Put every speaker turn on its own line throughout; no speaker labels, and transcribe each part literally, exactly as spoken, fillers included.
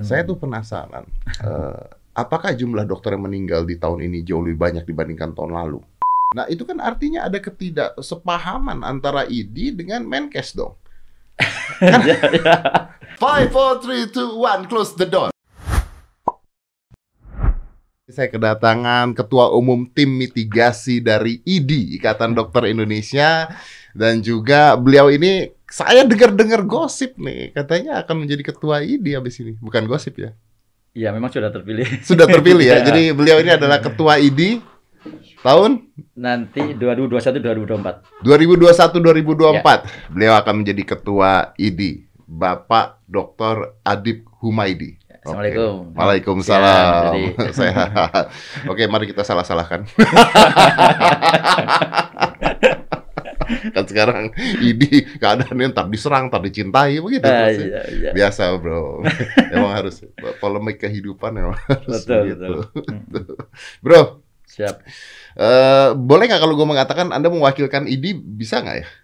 Saya tuh penasaran, uh, apakah jumlah dokter yang meninggal di tahun ini jauh lebih banyak dibandingkan tahun lalu? Nah, itu kan artinya ada ketidaksepahaman antara I D dengan Menkes dong. Five, four, three, two, one, close the door. Saya kedatangan Ketua Umum Tim Mitigasi dari I D I, Ikatan Dokter Indonesia. Dan juga beliau ini, saya dengar-dengar gosip nih, katanya akan menjadi Ketua I D I habis ini. Bukan gosip ya?
Iya, memang sudah terpilih.
Sudah terpilih ya? Jadi beliau ini adalah Ketua I D I tahun?
Nanti dua ribu dua puluh satu sampai dua ribu dua puluh empat.
dua ribu dua puluh satu sampai dua ribu dua puluh empat. Ya. Beliau akan menjadi Ketua I D I. Bapak Doktor Adib Humaydi.
Assalamualaikum.
Oke. Waalaikumsalam. Ya, sehat. Oke, mari kita salah-salahkan. Kan sekarang I D I keadaannya ntar diserang, ntar dicintai begitu.
Ah, iya, iya.
Biasa, bro. Emang harus polemik kehidupan emang harus
betul,
begitu.
Betul.
Bro.
Siap.
Uh, boleh nggak kalau gue mengatakan Anda mewakilkan I D I, bisa nggak ya?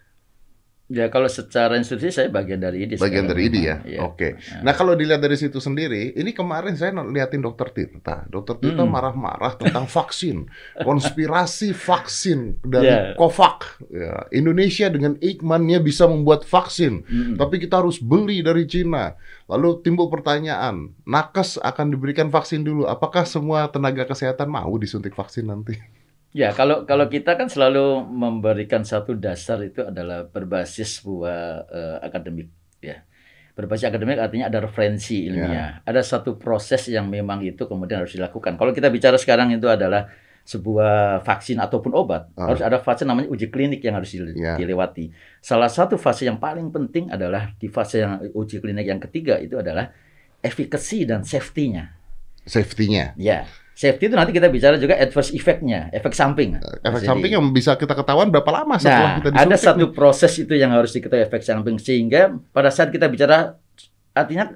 Ya, kalau secara institusi saya bagian dari I D I.
Bagian dari I D I ya?
Ya.
Oke. Okay. Nah, kalau dilihat dari situ sendiri, ini kemarin saya liatin Dokter Tirta. Dokter Tirta
hmm.
marah-marah tentang vaksin. Konspirasi vaksin dari
yeah.
Covax. Ya, Indonesia dengan Eijkman-nya bisa membuat vaksin. Hmm. Tapi kita harus beli dari Cina. Lalu timbul pertanyaan, nakes akan diberikan vaksin dulu. Apakah semua tenaga kesehatan mau disuntik vaksin nanti?
Ya, kalau kalau kita kan selalu memberikan satu dasar itu adalah berbasis sebuah uh, akademik, ya. Berbasis akademik artinya ada referensi ilmiah, yeah. Ada satu proses yang memang itu kemudian harus dilakukan. Kalau kita bicara sekarang itu adalah sebuah vaksin ataupun obat, uh. harus ada fase namanya uji klinik yang harus
yeah.
dilewati. Salah satu fase yang paling penting adalah di fase yang uji klinik yang ketiga itu adalah efficacy dan safety-nya.
Safety-nya?
Ya. Safety itu nanti kita bicara juga adverse effect-nya, efek samping.
Efek Jadi, samping yang bisa kita ketahuan berapa lama setelah
nah,
kita disuntik.
Ada satu nih. Proses itu yang harus diketahui efek samping. Sehingga pada saat kita bicara, artinya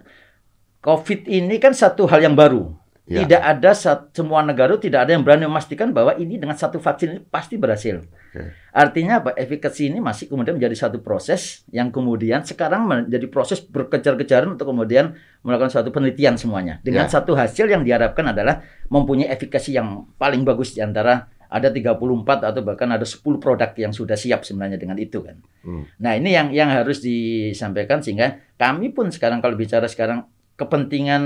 COVID ini kan satu hal yang baru. Ya. Tidak ada semua negara, tidak ada yang berani memastikan bahwa ini dengan satu vaksin ini pasti berhasil. Okay. Artinya apa? Efikasi ini masih kemudian menjadi satu proses yang kemudian sekarang menjadi proses berkejar-kejaran untuk kemudian melakukan suatu penelitian semuanya. Dengan yeah. satu hasil yang diharapkan adalah mempunyai efikasi yang paling bagus di antara ada tiga puluh empat atau bahkan ada sepuluh produk yang sudah siap sebenarnya dengan itu kan. Hmm. Nah, ini yang yang harus disampaikan sehingga kami pun sekarang kalau bicara sekarang kepentingan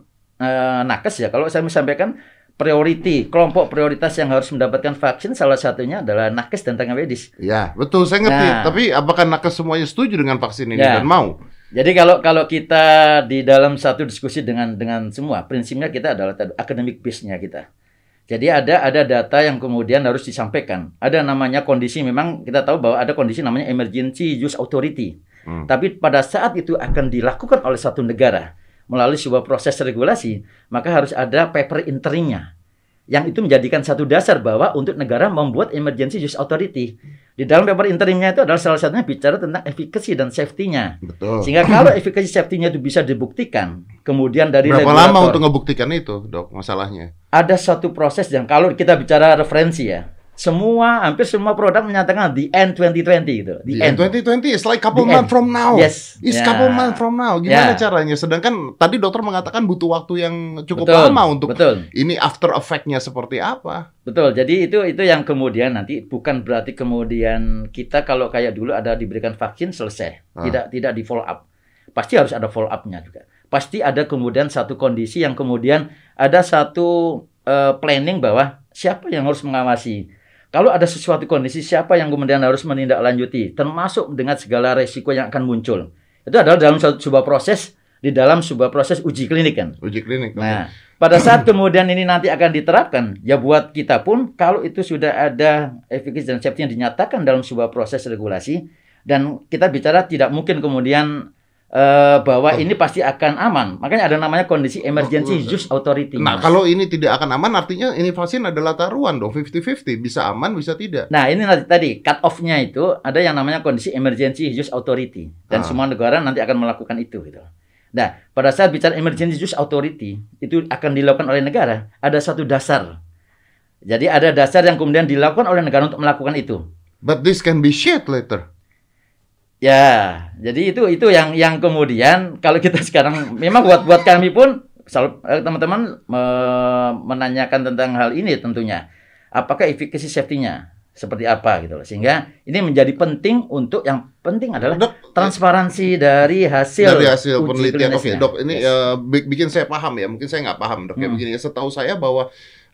eh, nakes ya, kalau saya sampaikan priority, kelompok prioritas yang harus mendapatkan vaksin salah satunya adalah nakes dan tenaga medis.
Ya, betul, saya ngerti. Nah, tapi apakah nakes semuanya setuju dengan vaksin ini
ya.
dan mau?
Jadi kalau kalau kita di dalam satu diskusi dengan dengan semua, prinsipnya kita adalah academic base-nya kita. Jadi ada ada data yang kemudian harus disampaikan. Ada namanya kondisi, memang kita tahu bahwa ada kondisi namanya emergency use authority. Hmm. Tapi pada saat itu akan dilakukan oleh satu negara melalui sebuah proses regulasi, maka harus ada paper interimnya. Yang itu menjadikan satu dasar bahwa untuk negara membuat emergency use authority. Di dalam paper interimnya itu adalah salah satunya bicara tentang efficacy dan safety-nya.
Betul.
Sehingga kalau efficacy safety-nya itu bisa dibuktikan, kemudian dari
berapa
regulator,
lama untuk ngebuktikan itu, Dok, masalahnya?
Ada satu proses yang kalau kita bicara referensi ya, semua, hampir semua produk menyatakan the end twenty twenty gitu.
The, the end twenty twenty is like couple months from now.
Yes.
It's
yeah.
couple months from now. Gimana yeah. caranya? Sedangkan tadi dokter mengatakan butuh waktu yang cukup betul, lama untuk
betul.
Ini after effect-nya seperti apa?
Betul. Jadi itu itu yang kemudian nanti bukan berarti kemudian kita kalau kayak dulu ada diberikan vaksin selesai. Ah. Tidak tidak di follow up. Pasti harus ada follow up-nya juga. Pasti ada kemudian satu kondisi yang kemudian ada satu uh, planning bahwa siapa yang harus mengawasi. Kalau ada sesuatu kondisi, siapa yang kemudian harus menindaklanjuti, termasuk dengan segala resiko yang akan muncul. Itu adalah dalam sebuah proses, di dalam sebuah proses uji klinik kan.
Uji klinik.
Nah, pada saat kemudian ini nanti akan diterapkan, ya buat kita pun, kalau itu sudah ada efficacy dan safety yang dinyatakan dalam sebuah proses regulasi, dan kita bicara tidak mungkin kemudian Uh, bahwa oh. ini pasti akan aman. Makanya ada namanya kondisi emergency oh, use authority.
Nah, kalau ini tidak akan aman, artinya ini vaksin adalah taruhan dong, fifty fifty. Bisa aman, bisa tidak.
Nah, ini nanti tadi, cut off-nya itu ada yang namanya kondisi emergency use authority. Dan ah. semua negara nanti akan melakukan itu. Gitu. Nah, pada saat bicara emergency use authority, itu akan dilakukan oleh negara. Ada satu dasar. Jadi ada dasar yang kemudian dilakukan oleh negara untuk melakukan itu.
But this can be shit later.
Ya, jadi itu itu yang yang kemudian kalau kita sekarang memang buat buat kami pun selalu eh, teman-teman me- menanyakan tentang hal ini tentunya. Apakah efficacy safety-nya seperti apa gitu loh. Sehingga ini menjadi penting untuk yang penting adalah
Dok,
transparansi dari hasil
dari hasil
uji
penelitian. Oke,
klinisnya.
Dok, ini
Yes.
eh, bi- bikin saya paham ya. Mungkin saya nggak paham, Dok. Kayak
Hmm.
begini. Setahu saya bahwa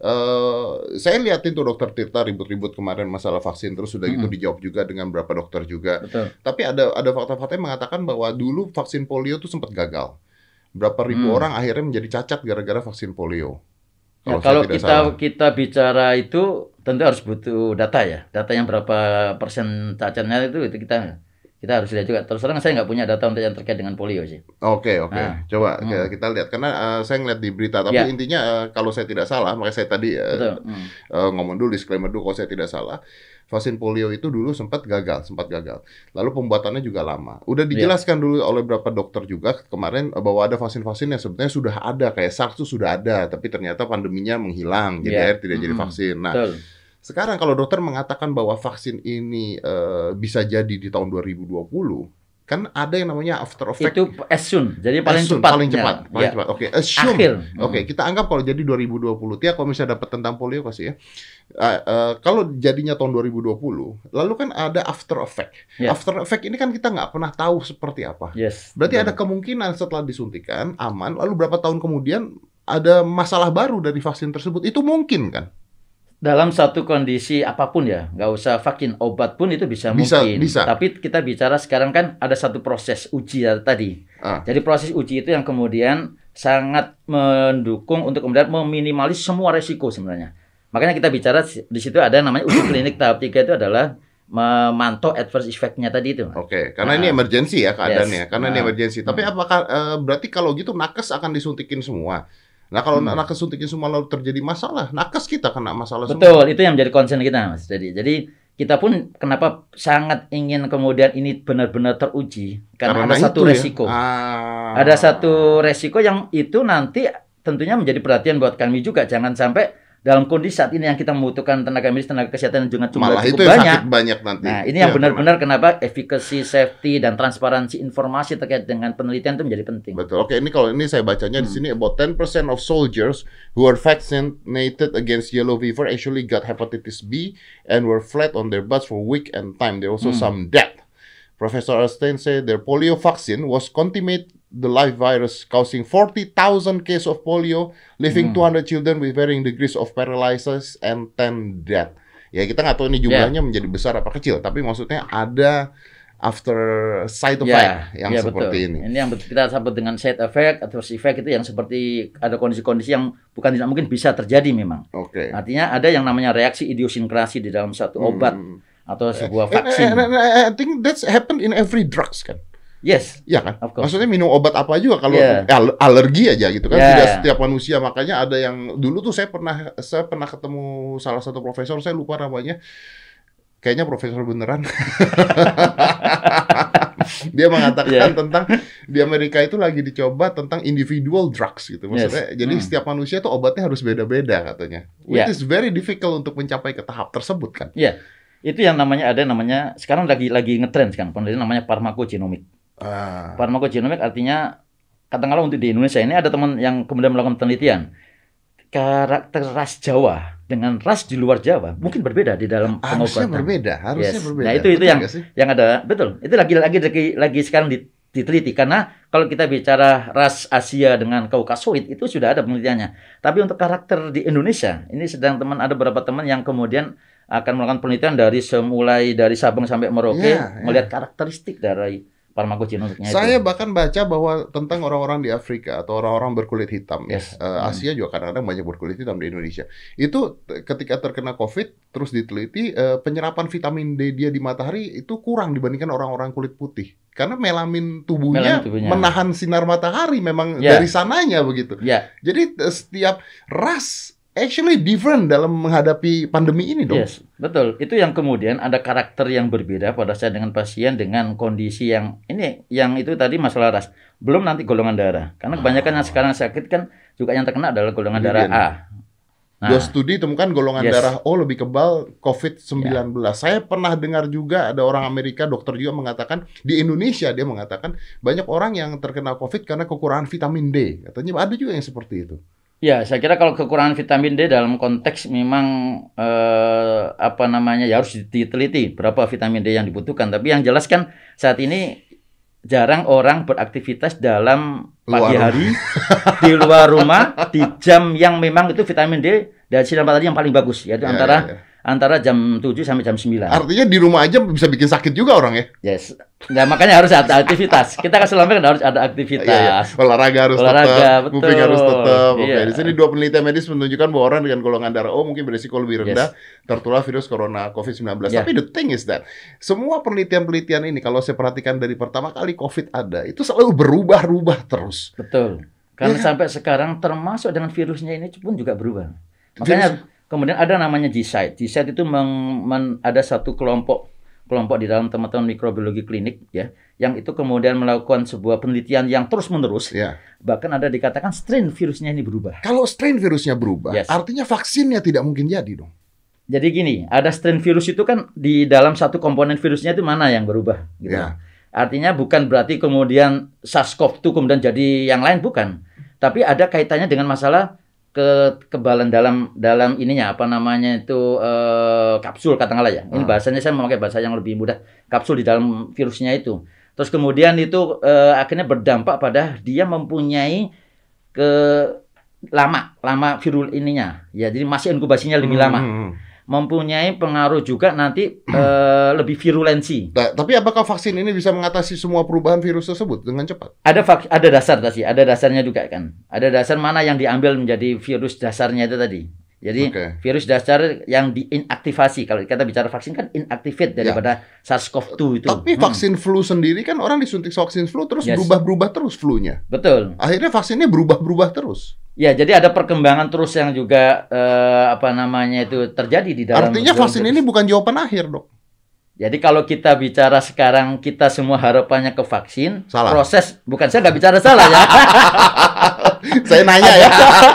eh saya liatin tuh Dokter Tirta ribut-ribut kemarin masalah vaksin, terus sudah gitu
Mm-mm.
dijawab juga dengan berapa dokter juga.
Betul.
Tapi ada ada fakta-fakta yang mengatakan bahwa dulu vaksin polio tuh sempat gagal. Berapa ribu
Hmm.
orang akhirnya menjadi cacat gara-gara vaksin polio.
Ya,
Kalau saya
kalau
tidak
kita
salah.
kita bicara itu tentu harus butuh data ya. Data yang berapa persen cacatnya itu itu kita kita harus lihat juga. Terus terang saya nggak punya data untuk yang terkait dengan polio sih.
Oke, oke.
Nah,
Coba
hmm.
kita- kita lihat karena eh, saya ngeliat di berita, tapi
Ya.
intinya eh, kalau saya tidak salah, makanya saya tadi eh,
Betul. Hmm.
eh, ngomong dulu disclaimer dulu kalau saya tidak salah. Vaksin polio itu dulu sempat gagal, sempat gagal. Lalu pembuatannya juga lama. Udah dijelaskan dulu oleh beberapa dokter juga kemarin eh, bahwa ada vaksin-vaksin yang sebenarnya sudah ada, kayak SARS itu sudah ada, tapi ternyata pandeminya menghilang, jadi
Ya.
akhirnya tidak jadi
Mm-mm.
vaksin. Nah,
Betul.
sekarang kalau dokter mengatakan bahwa vaksin ini eh, bisa jadi di tahun dua ribu dua puluh, kan ada yang namanya after effect.
Itu as soon. Jadi paling
As soon,
cepat.
paling cepat, paling
Ya.
cepat. Oke, assume.
Akhir.
Oke,
Hmm.
kita anggap kalau jadi dua ribu dua puluh. Tia, kalau misalnya dapat tentang polio kasih ya. Uh, uh, kalau jadinya tahun dua ribu dua puluh, lalu kan ada after effect.
Ya.
After effect ini kan kita nggak pernah tahu seperti apa.
Yes.
Berarti
betul.
ada kemungkinan setelah disuntikan aman, lalu berapa tahun kemudian ada masalah baru dari vaksin tersebut. Itu mungkin kan?
Dalam satu kondisi apapun ya, nggak usah vaksin, obat pun itu bisa,
Bisa,
mungkin.
bisa.
Tapi kita bicara sekarang kan ada satu proses uji ya, tadi.
Ah.
Jadi proses uji itu yang kemudian sangat mendukung untuk kemudian meminimalis semua resiko sebenarnya. Makanya kita bicara di situ ada namanya uji klinik tahap tiga itu adalah memantau adverse effect-nya tadi itu.
Oke, karena
Nah.
ini emergency ya keadaannya,
Yes.
karena ini
Nah.
emergency. Tapi
Hmm.
apakah eh, berarti kalau gitu nakes akan disuntikin semua? Nah, kalau
Hmm.
nakes suntikin semua lalu terjadi masalah, nakes kita kena masalah semua.
Betul, itu yang menjadi concern kita, Mas. Jadi, jadi kita pun kenapa sangat ingin kemudian ini benar-benar teruji karena, ada satu
itu ya.
resiko.
Ah.
Ada satu resiko yang itu nanti tentunya menjadi perhatian buat kami juga. Jangan sampai dalam kondisi saat ini yang kita membutuhkan tenaga medis, tenaga kesehatan yang juga jumlah
malah itu
cukup
yang
banyak.
sakit banyak nanti.
Nah, ini
Itu
yang benar-benar kenapa efficacy, safety, dan transparansi informasi terkait dengan penelitian itu menjadi penting.
Betul. Oke, ini kalau ini saya bacanya di
Hmm.
sini about ten percent of soldiers who were vaccinated against yellow fever actually got hepatitis B and were flat on their butts for week and time. There also
Hmm.
some death. Professor Erstein said their polio vaccine was contaminate the live virus, causing forty thousand cases of polio, leaving
Hmm.
two hundred children with varying degrees of paralysis and ten death. Ya, kita nggak tahu ini jumlahnya menjadi besar apa kecil, tapi maksudnya ada after side effect yang
ya,
seperti
betul.
ini.
Ini yang kita sebut dengan side effect atau effect itu yang seperti ada kondisi-kondisi yang bukan tidak mungkin bisa terjadi memang.
Oke.
Artinya ada yang namanya reaksi idiosinkrasi di dalam satu obat
Hmm.
atau sebuah
And-
vaksin.
and- and I think that's happened in every drugs kan.
Yes.
Iya kan?
Of course.
Maksudnya minum obat apa juga kalau
Yeah.
al- alergi aja gitu kan.
Yeah.
Tidak setiap manusia, makanya ada yang dulu tuh saya pernah saya pernah ketemu salah satu profesor, saya lupa namanya. Kayaknya profesor beneran. Dia mengatakan
Yeah.
tentang di Amerika itu lagi dicoba tentang individual drugs gitu. Maksudnya
Yes.
jadi
Hmm.
setiap manusia tuh obatnya harus beda-beda katanya. Which
Yeah.
is very difficult untuk mencapai ke tahap tersebut kan.
Iya. Itu yang namanya ada namanya sekarang lagi lagi ngetrend sekarang penelitian namanya farmakogenomik.
Ah.
Farmakogenomik artinya katakanlah untuk di Indonesia ini ada teman yang kemudian melakukan penelitian karakter ras Jawa dengan ras di luar Jawa mungkin berbeda di dalam
Harusnya
pengobatan.
berbeda, harusnya
Yes.
berbeda.
Nah, itu- itu
Betul
yang-
nggak sih?
Yang ada betul. Itu lagi lagi lagi, lagi sekarang di- diteliti karena kalau kita bicara ras Asia dengan Kaukasoid itu sudah ada penelitiannya. Tapi untuk karakter di Indonesia ini sedang teman ada beberapa teman yang kemudian akan melakukan penelitian dari semulai dari Sabang sampai Merauke
Ya, ya.
melihat karakteristik dari farmakogenomiknya itu.
Saya bahkan baca bahwa tentang orang-orang di Afrika atau orang-orang berkulit hitam ya.
Yes.
Eh,
Hmm.
Asia juga kadang-kadang banyak berkulit hitam di Indonesia. Itu t- ketika terkena COVID terus diteliti eh, penyerapan vitamin D dia di matahari itu kurang dibandingkan orang-orang kulit putih. Karena melamin tubuhnya,
Melamin tubuhnya.
menahan sinar matahari memang
Ya.
dari sananya begitu.
Ya,
Jadi eh, setiap ras actually different dalam menghadapi pandemi ini dong.
yes, betul. Itu yang kemudian ada karakter yang berbeda pada saat dengan pasien dengan kondisi yang ini yang itu tadi masalah ras. Belum nanti golongan darah. Karena kebanyakan yang sekarang sakit kan juga yang terkena adalah golongan darah
Kemudian.
A.
Dua studi temukan golongan
yes.
darah O lebih kebal covid sembilan belas. Ya. Saya pernah dengar juga ada orang Amerika, dokter juga mengatakan, di Indonesia dia mengatakan, banyak orang yang terkena COVID karena kekurangan vitamin D. Katanya ada juga yang seperti itu.
Ya, saya kira kalau kekurangan vitamin D dalam konteks memang eh, apa namanya ya harus diteliti berapa vitamin D yang dibutuhkan. Tapi yang jelas kan saat ini jarang orang beraktivitas dalam pagi
luar
hari di luar rumah di jam yang memang itu vitamin D dan sinar matahari yang paling bagus, yaitu ya, antara ya, ya. antara jam tujuh sampai jam sembilan.
Artinya di rumah aja bisa bikin sakit juga orang ya?
Yes. Nah, makanya harus ada aktivitas. Kita kan selama kan harus ada aktivitas. Iya, iya.
Olahraga harus
Olahraga,
tetap, moving harus tetap. Oke,
iya.
Di sini dua penelitian medis menunjukkan bahwa orang dengan golongan darah O mungkin berisiko lebih rendah yes. tertular virus corona covid sembilan belas. Yeah. Tapi the thing is that semua penelitian-penelitian ini kalau saya perhatikan dari pertama kali COVID ada, itu selalu berubah-ubah terus.
Betul. Karena yeah. sampai sekarang termasuk dengan virusnya ini pun juga berubah. Makanya virus. Kemudian ada namanya G-Site. G-Site itu meng, men, ada satu kelompok kelompok di dalam teman-teman mikrobiologi klinik ya, yang itu kemudian melakukan sebuah penelitian yang terus-menerus. Ya. Bahkan ada dikatakan strain virusnya ini berubah.
Kalau strain virusnya berubah, yes. artinya vaksinnya tidak mungkin jadi dong.
Jadi gini, ada strain virus itu kan di dalam satu komponen virusnya itu mana yang berubah gitu. Ya. Artinya bukan berarti kemudian SARS-CoV dua kemudian jadi yang lain, bukan. Tapi ada kaitannya dengan masalah ke kekebalan dalam dalam ininya apa namanya itu eh, kapsul katakanlah ya. Ini bahasanya saya memakai bahasa yang lebih mudah. Kapsul di dalam virusnya itu. Terus kemudian itu eh, akhirnya berdampak pada dia mempunyai ke lama lama virus ininya. Ya, jadi masih inkubasinya lebih
hmm.
lama. Mempunyai pengaruh juga nanti uh, lebih virulensi.
Nah, tapi apakah vaksin ini bisa mengatasi semua perubahan virus tersebut dengan cepat?
Ada ada dasar tadi, ada dasarnya juga kan. Ada dasar mana yang diambil menjadi virus dasarnya itu tadi. Jadi okay. virus dasar yang diinaktivasi. Kalau kita bicara vaksin kan inactivate daripada ya. SARS-CoV dua itu.
Tapi vaksin hmm. flu sendiri kan orang disuntik vaksin flu terus yes. berubah-berubah terus flu-nya.
Betul.
Akhirnya vaksinnya berubah-berubah terus.
Ya, jadi ada perkembangan terus yang juga eh, apa namanya itu terjadi di dalam.
Artinya vaksin ini bukan jawaban akhir, Dok.
Jadi kalau kita bicara sekarang kita semua harapannya ke vaksin,
salah.
Proses bukan saya nggak bicara salah ya.
Saya nanya ya.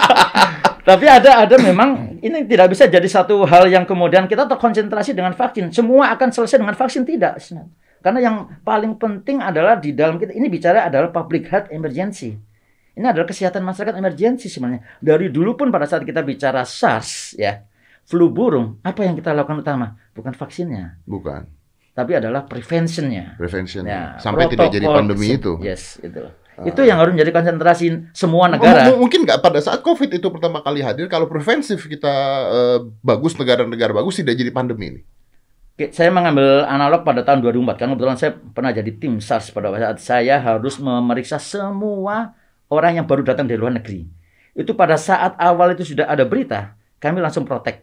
Tapi ada ada memang ini tidak bisa jadi satu hal yang kemudian kita terkonsentrasi dengan vaksin. Semua akan selesai dengan vaksin, tidak. Karena yang paling penting adalah di dalam kita ini bicara adalah public health emergency. Ini adalah kesehatan masyarakat emergensi sebenarnya. Dari dulu pun pada saat kita bicara SARS ya, flu burung, apa yang kita lakukan utama? Bukan vaksinnya.
Bukan.
Tapi adalah preventionnya.
Prevention.
Ya,
sampai tidak jadi pandemi itu.
Yes, itu. Uh. Itu yang harus menjadi konsentrasi semua negara.
M mungkin nggak pada saat COVID itu pertama kali hadir, kalau preventif kita uh, bagus, negara-negara bagus, tidak jadi pandemi ini.
Saya mengambil analog pada tahun dua ribu empat, karena kebetulan saya pernah jadi tim SARS pada saat saya harus memeriksa semua orang yang baru datang dari luar negeri. Itu pada saat awal itu sudah ada berita, kami langsung protek.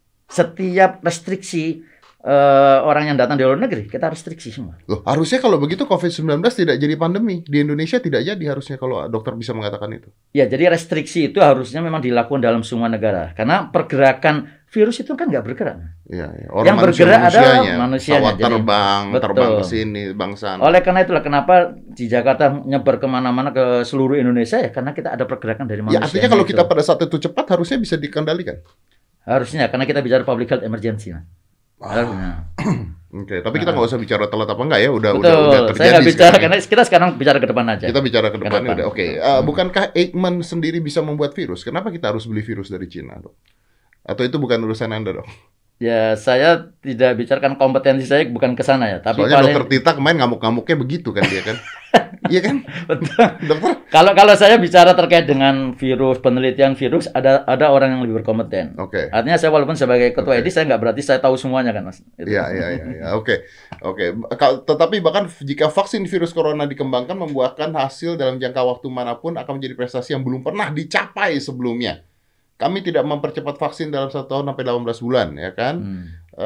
Setiap restriksi Uh, orang yang datang dari luar negeri, kita restriksi semua.
Loh, harusnya kalau begitu covid sembilan belas tidak jadi pandemi. Di Indonesia tidak jadi harusnya kalau dokter bisa mengatakan itu.
Ya, jadi restriksi itu harusnya memang dilakukan dalam semua negara. Karena pergerakan virus itu kan nggak bergerak.
Ya, ya. Orang
yang
manusia,
bergerak adalah manusianya.
Pesawat terbang,
jadi,
terbang ke sini, bangsa.
Oleh karena itulah kenapa di Jakarta nyebar kemana-mana ke seluruh Indonesia ya, karena kita ada pergerakan dari manusia.
Ya, artinya kalau itu. Kita pada saat itu cepat harusnya bisa dikendalikan.
Harusnya, karena kita bicara public health emergency. Nah.
Ah. Oke, okay, tapi kita nggak usah bicara telat apa enggak ya, udah
Betul.
udah udah terjadi.
Saya nggak bicara karena kita sekarang bicara ke depan aja.
Kita bicara ke depan udah. Oke, okay. uh, bukankah Eijkman sendiri bisa membuat virus? Kenapa kita harus beli virus dari Cina, Dok? Atau itu bukan urusan Anda, Dok?
Ya, saya tidak bicarakan kompetensi saya bukan ke sana ya, tapi
soalnya
paling...
dokter Tita kemarin ngamuk-ngamuknya begitu kan dia kan. Iya kan?
Betul. Dokter. Kalau kalau saya bicara terkait dengan virus, penelitian virus, ada ada orang yang lebih berkompeten.
Oke. Okay.
Artinya saya walaupun sebagai ketua
okay.
I D saya nggak berarti saya tahu semuanya kan, Mas.
Iya, iya, iya, iya. Oke. Oke. Tetapi bahkan jika vaksin virus corona dikembangkan membuahkan hasil dalam jangka waktu manapun akan menjadi prestasi yang belum pernah dicapai sebelumnya. Kami tidak mempercepat vaksin dalam satu tahun sampai delapan belas bulan, ya kan? Hmm.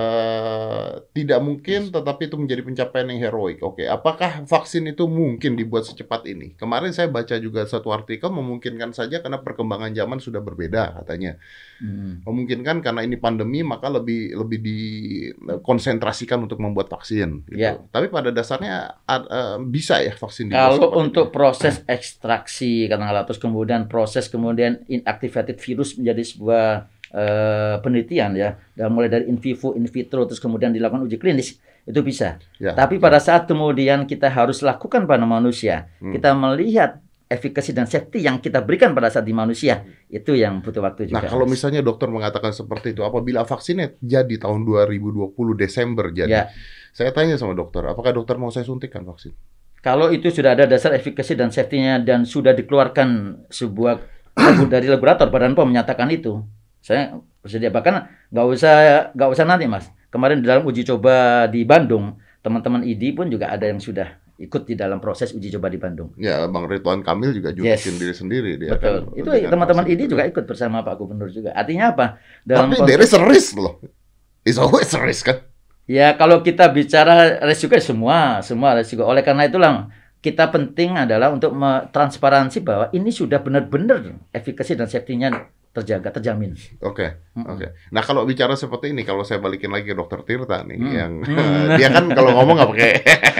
Uh, tidak mungkin, tetapi itu menjadi pencapaian yang heroik. Oke, apakah vaksin itu mungkin dibuat secepat ini? Kemarin saya baca juga satu artikel memungkinkan saja karena perkembangan zaman sudah berbeda katanya. Hmm. Memungkinkan karena ini pandemi maka lebih lebih dikonsentrasikan untuk membuat vaksin. Gitu. Ya. Tapi pada dasarnya uh, bisa ya vaksin dibuat.
Kalau untuk ini. Proses ekstraksi katakanlah terus kemudian proses kemudian inactivated virus menjadi sebuah uh, penelitian ya, dan mulai dari in vivo, in vitro, terus kemudian dilakukan uji klinis, itu bisa. Ya, Tapi pada saat kemudian kita harus lakukan pada manusia, hmm. kita melihat efikasi dan safety yang kita berikan pada saat di manusia, itu yang butuh waktu juga.
Nah, kalau misalnya dokter mengatakan seperti itu, apabila vaksinnya jadi tahun dua ribu dua puluh Desember jadi, ya. Saya tanya sama dokter, apakah dokter mau saya suntikan vaksin?
Kalau itu sudah ada dasar efikasi dan safety-nya dan sudah dikeluarkan sebuah dari laborator, Badan P O M menyatakan itu, saya bersedia. Bahkan nggak usah nggak usah nanti, Mas. Kemarin di dalam uji coba di Bandung, teman-teman I D I pun juga ada yang sudah ikut di dalam proses uji coba di Bandung.
Ya, Bang Ridwan Kamil juga jurusin yes. diri sendiri. Dia
Betul. Itu teman-teman I D I juga ikut bersama Pak Gubernur juga. Artinya apa? Dalam
Tapi there is a risk loh. It's always a risk kan?
Ya, kalau kita bicara resiko semua, semua resiko. Oleh karena itulah kita penting adalah untuk transparansi bahwa ini sudah benar-benar efikasi dan safety-nya terjaga, terjamin.
Oke, okay, mm-hmm. oke. Okay. Nah, kalau bicara seperti ini, kalau saya balikin lagi ke Dokter Tirta nih, mm. yang mm. dia kan kalau ngomong nggak pakai.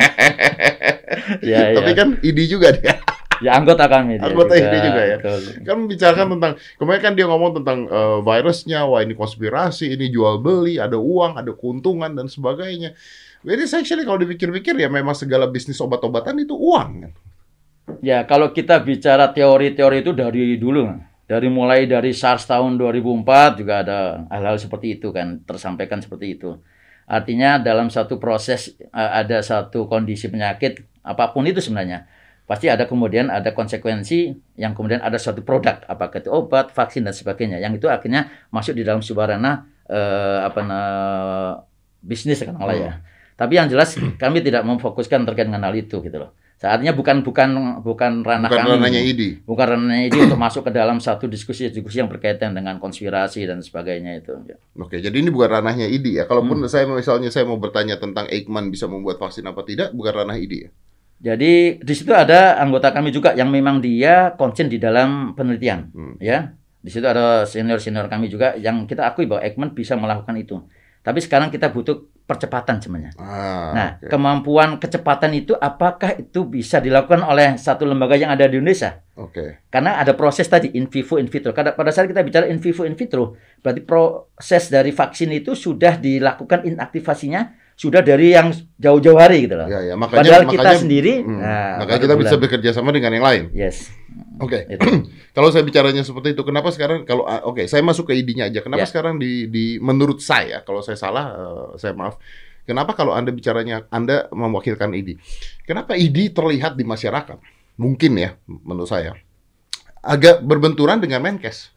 ya, Tapi ya. kan I D I juga dia.
Ya, anggota kami. Dia
anggota
juga.
I D I juga ya. Betul. Kan bicarakan tentang, kemarin kan dia ngomong tentang uh, virusnya, wah ini konspirasi, ini jual beli, ada uang, ada keuntungan dan sebagainya. Jadi actually kalau dipikir-pikir ya memang segala bisnis obat-obatan itu uang.
Ya, kalau kita bicara teori-teori itu dari dulu. Dari mulai dari SARS tahun dua ribu empat juga ada hal-hal seperti itu kan, tersampaikan seperti itu. Artinya dalam satu proses ada satu kondisi penyakit apapun itu sebenarnya pasti ada kemudian ada konsekuensi yang kemudian ada suatu produk, apakah itu obat, vaksin dan sebagainya, yang itu akhirnya masuk di dalam sebuah ranah eh, apa nah, bisnis kan lah ya. Tapi yang jelas kami tidak memfokuskan terkait dengan hal itu gitu loh. Saatnya bukan bukan bukan ranah
bukan
kami,
ranahnya I D I.
Bukan ranahnya I D I untuk masuk ke dalam satu diskusi-diskusi yang berkaitan dengan konspirasi dan sebagainya itu.
Oke, jadi ini bukan ranahnya I D I ya. Kalaupun hmm. saya misalnya saya mau bertanya tentang Eijkman bisa membuat vaksin apa tidak, bukan ranah I D I ya.
Jadi di situ ada anggota kami juga yang memang dia konsen di dalam penelitian, hmm. ya. Di situ ada senior-senior kami juga yang kita akui bahwa Eijkman bisa melakukan itu. Tapi sekarang kita butuh percepatan sebenarnya. Ah, nah, okay. Kemampuan kecepatan itu apakah itu bisa dilakukan oleh satu lembaga yang ada di Indonesia?
Oke. Okay.
Karena ada proses tadi in vivo, in vitro. Karena pada saat kita bicara in vivo, in vitro, berarti proses dari vaksin itu sudah dilakukan inaktivasinya sudah dari yang jauh-jauh hari gitu loh.
Ya, ya. Makanya,
Padahal
makanya,
kita sendiri,
hmm, nah, makanya kita bulan. bisa bekerja sama dengan yang lain.
Yes.
Oke. Okay. Kalau saya bicaranya seperti itu, kenapa sekarang kalau oke, okay, saya masuk ke I D I-nya aja. Kenapa yeah. sekarang di, di menurut saya, kalau saya salah, uh, saya maaf. Kenapa kalau Anda bicaranya Anda mewakilkan I D I? Kenapa I D I terlihat di masyarakat? Mungkin ya, menurut saya agak berbenturan dengan Menkes.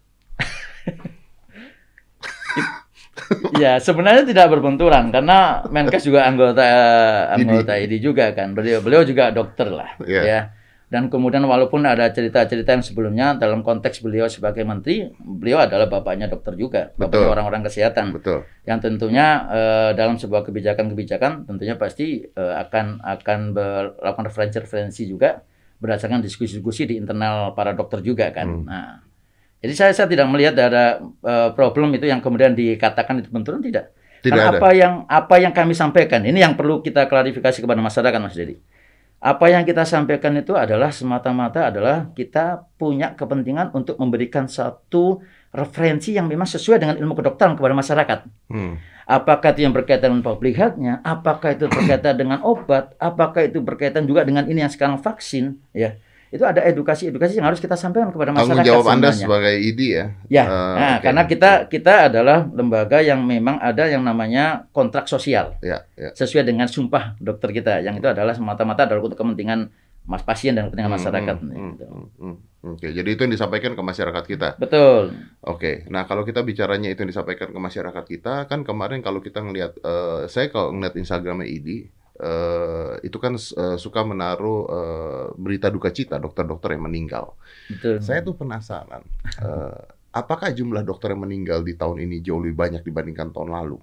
Ya, sebenarnya tidak berbenturan karena Menkes juga anggota anggota I D I juga kan. Beliau beliau juga dokter lah, yeah. ya. Dan kemudian walaupun ada cerita-cerita yang sebelumnya dalam konteks beliau sebagai menteri, beliau adalah bapaknya dokter juga, bapaknya orang-orang kesehatan.
Betul.
Yang tentunya eh, dalam sebuah kebijakan-kebijakan tentunya pasti eh, akan akan melakukan referensi-referensi juga berdasarkan diskusi-diskusi di internal para dokter juga kan. Hmm. Nah, jadi saya saya tidak melihat ada uh, problem itu yang kemudian dikatakan itu benturan, tidak.
Tidak
Karena
ada.
apa yang apa yang kami sampaikan ini yang perlu kita klarifikasi kepada masyarakat, Mas Dedi. Apa yang kita sampaikan itu adalah semata-mata adalah kita punya kepentingan untuk memberikan satu referensi yang memang sesuai dengan ilmu kedokteran kepada masyarakat. Hmm. Apakah itu yang berkaitan dengan public health-nya, apakah itu berkaitan dengan obat, apakah itu berkaitan juga dengan ini yang sekarang vaksin, ya. Itu ada edukasi-edukasi yang harus kita sampaikan kepada masyarakat.
Tanggung jawab
sebenarnya.
Anda sebagai I D I ya.
Ya,
uh,
nah,
okay.
karena kita kita adalah lembaga yang memang ada yang namanya kontrak sosial.
Ya, ya.
Sesuai dengan sumpah dokter kita, yang itu adalah semata-mata adalah untuk kepentingan mas pasien dan kepentingan masyarakat.
Hmm, hmm,
gitu.
hmm, hmm. Oke, okay, jadi itu yang disampaikan ke masyarakat kita.
Betul.
Oke, okay. Nah kalau kita bicaranya itu yang disampaikan ke masyarakat kita, kan kemarin kalau kita ngelihat, uh, saya kalau ngeliat Instagramnya I D I, Uh, itu kan uh, suka menaruh uh, berita duka cita dokter-dokter yang meninggal.
Betul.
Saya tuh penasaran, uh, apakah jumlah dokter yang meninggal di tahun ini jauh lebih banyak dibandingkan tahun lalu?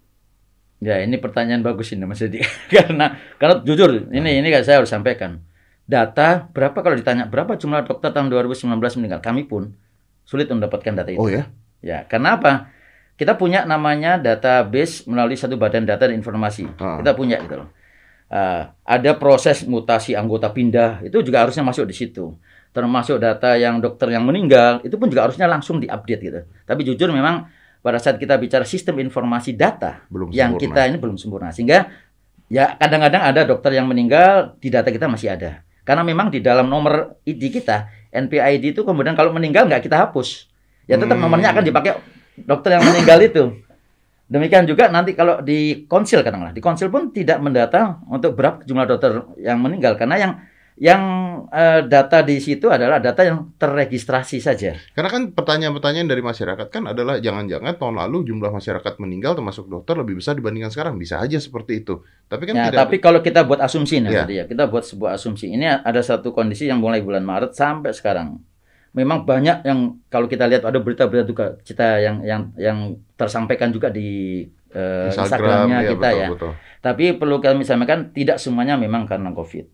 Ya, ini pertanyaan bagus ini Mas Dedi. karena karena jujur ini ini saya harus sampaikan. Data berapa kalau ditanya berapa jumlah dokter tahun dua ribu sembilan belas meninggal, kami pun sulit mendapatkan data itu.
Oh ya?
Ya, karena apa? Kita punya namanya database melalui satu badan data dan informasi. Ah. Kita punya gitu loh. Uh, ada proses mutasi anggota pindah, itu juga harusnya masuk di situ. Termasuk data yang dokter yang meninggal, itu pun juga harusnya langsung diupdate gitu. Tapi jujur memang pada saat kita bicara sistem informasi data
Belum
yang
sempurna.
kita ini belum sempurna. Sehingga ya kadang-kadang ada dokter yang meninggal di data kita masih ada. Karena memang di dalam nomor I D kita, N P I D itu kemudian kalau meninggal nggak kita hapus. Ya tetap
Hmm.
nomornya akan dipakai dokter yang meninggal itu. Demikian juga nanti kalau di konsil kadang-kadang, di konsil pun tidak mendata untuk berapa jumlah dokter yang meninggal karena yang yang eh, data di situ adalah data yang terregistrasi saja.
Karena kan pertanyaan-pertanyaan dari masyarakat kan adalah jangan-jangan tahun lalu jumlah masyarakat meninggal termasuk dokter lebih besar dibandingkan sekarang. Bisa aja seperti itu. Tapi kan
Ya,
tidak.
tapi kalau kita buat asumsi nih,
Ya.
tadi ya, kita buat sebuah asumsi. Ini ada satu kondisi yang mulai bulan Maret sampai sekarang. Memang banyak yang kalau kita lihat ada berita-berita juga kita yang yang yang tersampaikan juga di eh,
Instagram,
Instagramnya
ya,
kita
betul,
ya.
betul.
Tapi perlu kami sampaikan tidak semuanya memang karena COVID.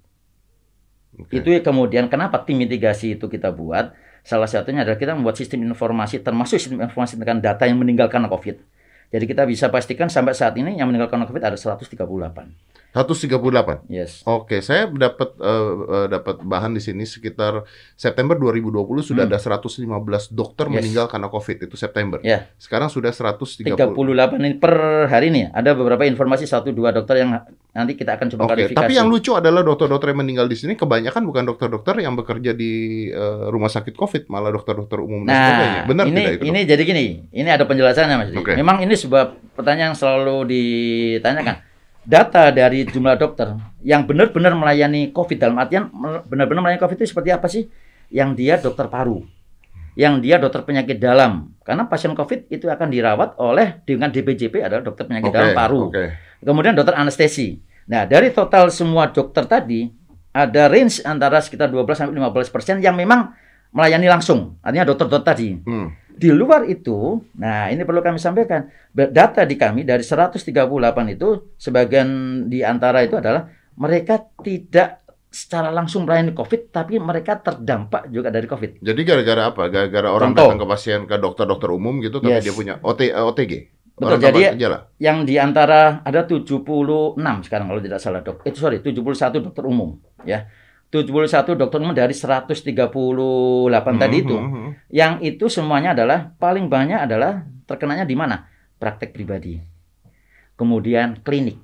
Oke.
Itu kemudian kenapa tim mitigasi itu kita buat? Salah satunya adalah kita membuat sistem informasi termasuk sistem informasi tentang data yang meninggal karena COVID. Jadi kita bisa pastikan sampai saat ini yang meninggal karena COVID ada seratus tiga puluh delapan.
seratus tiga puluh delapan.
Yes.
Oke, saya dapat eh, eh, dapat bahan di sini sekitar September dua ribu dua puluh sudah
Hmm.
ada seratus lima belas dokter
Yes.
meninggal karena COVID itu September.
Ya.
Sekarang sudah seratus tiga
tiga
puluh.
puluh delapan ini per hari ini. Ada beberapa informasi satu dua dokter yang nanti kita akan coba
Oke,
klarifikasi.
tapi yang lucu adalah dokter-dokter yang meninggal di sini kebanyakan bukan dokter-dokter yang bekerja di eh, rumah sakit COVID, malah dokter-dokter umum dan sebagainya.
Nah,
Benar
ini
tidak itu?
ini jadi gini, ini ada penjelasannya Mas.
Oke.
Memang ini sebuah pertanyaan yang selalu ditanyakan. Data dari jumlah dokter yang benar-benar melayani COVID dalam artian benar-benar melayani COVID itu seperti apa sih? Yang dia dokter paru, yang dia dokter penyakit dalam. Karena pasien COVID itu akan dirawat oleh dengan D P J P adalah dokter penyakit
Oke,
dalam paru.
oke.
Kemudian dokter anestesi. Nah, dari total semua dokter tadi ada range antara sekitar dua belas sampai lima belas persen yang memang melayani langsung. Artinya dokter-dokter tadi.
Hmm.
Di luar itu, nah ini perlu kami sampaikan, data di kami dari seratus tiga puluh delapan itu sebagian di antara itu adalah mereka tidak secara langsung melayani COVID, tapi mereka terdampak juga dari COVID.
Jadi gara-gara apa? Gara-gara orang
Contoh.
datang ke pasien ke dokter-dokter umum gitu, tapi
Yes.
dia punya O T, O T G.
Betul,
Orang
jadi
tanpa gejala.
yang di antara ada tujuh puluh enam sekarang kalau tidak salah dok. Eh sorry, tujuh puluh satu dokter umum ya. tujuh puluh satu dokter umum dari seratus tiga puluh delapan tadi itu.
Hmm, hmm, hmm.
Yang itu semuanya adalah paling banyak adalah terkenanya di mana? Praktek pribadi. Kemudian klinik.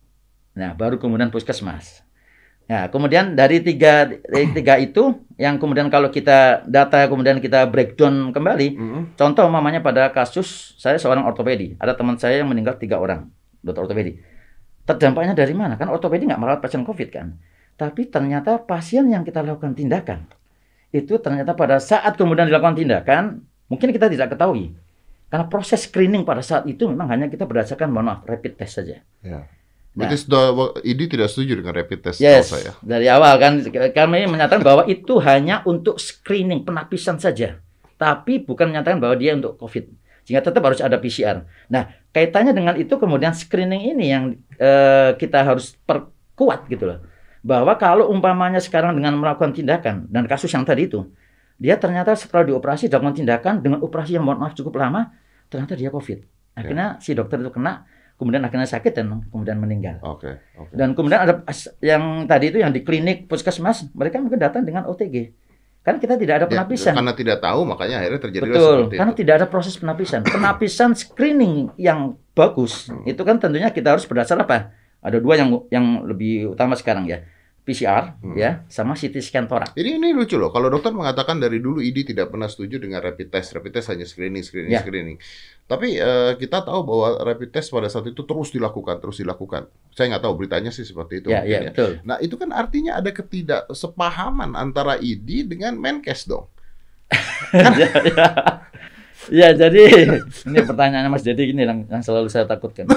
Nah, baru kemudian puskesmas. Nah, kemudian dari tiga, dari tiga itu, yang kemudian kalau kita data kemudian kita breakdown kembali,
Hmm.
contoh umpamanya pada kasus saya seorang ortopedi, ada teman saya yang meninggal tiga orang, dokter ortopedi. Terdampaknya dari mana? Kan ortopedi nggak merawat pasien COVID kan. Tapi ternyata pasien yang kita lakukan tindakan, itu ternyata pada saat kemudian dilakukan tindakan, mungkin kita tidak ketahui. Karena proses screening pada saat itu memang hanya kita berdasarkan, mohon maaf, rapid test saja.
Ya.
Nah.
Berarti sudah- I D tidak setuju dengan rapid test
Yes,
setahu saya.
dari awal kan kami menyatakan bahwa itu hanya untuk screening penapisan saja, tapi bukan menyatakan bahwa dia untuk COVID. Sehingga tetap harus ada P C R. Nah, kaitannya dengan itu kemudian screening ini yang eh, kita harus perkuat gitu loh. Bahwa kalau umpamanya sekarang dengan melakukan tindakan dan kasus yang tadi itu, dia ternyata setelah dioperasi dilakukan tindakan dengan operasi yang mohon maaf cukup lama, ternyata dia COVID. Akhirnya si dokter itu kena, kemudian akhirnya sakit dan kemudian meninggal.
Oke, oke.
Dan kemudian ada as- yang tadi itu yang di klinik puskesmas, mereka mungkin datang dengan O T G. Kan kita tidak ada
Ya,
penapisan.
karena tidak tahu makanya akhirnya terjadi
Betul,
seperti
karena
itu.
tidak ada proses penapisan. Penapisan screening yang bagus,
Hmm.
itu kan tentunya kita harus berdasar apa? Ada dua yang yang lebih utama sekarang ya. P C R
Hmm.
ya, sama C T scan torak.
Jadi ini lucu loh, kalau dokter mengatakan dari dulu I D tidak pernah setuju dengan rapid test. Rapid test hanya screening, screening,
Ya.
screening. Tapi eh, kita tahu bahwa rapid test pada saat itu terus dilakukan, terus dilakukan. Saya nggak tahu beritanya sih seperti itu.
Ya,
mungkin
ya, betul.
Nah itu kan artinya ada ketidaksepahaman antara I D dengan Menkes dong.
ya, ya. Ya, jadi ini pertanyaannya Mas Dedi gini yang, yang selalu saya takutkan.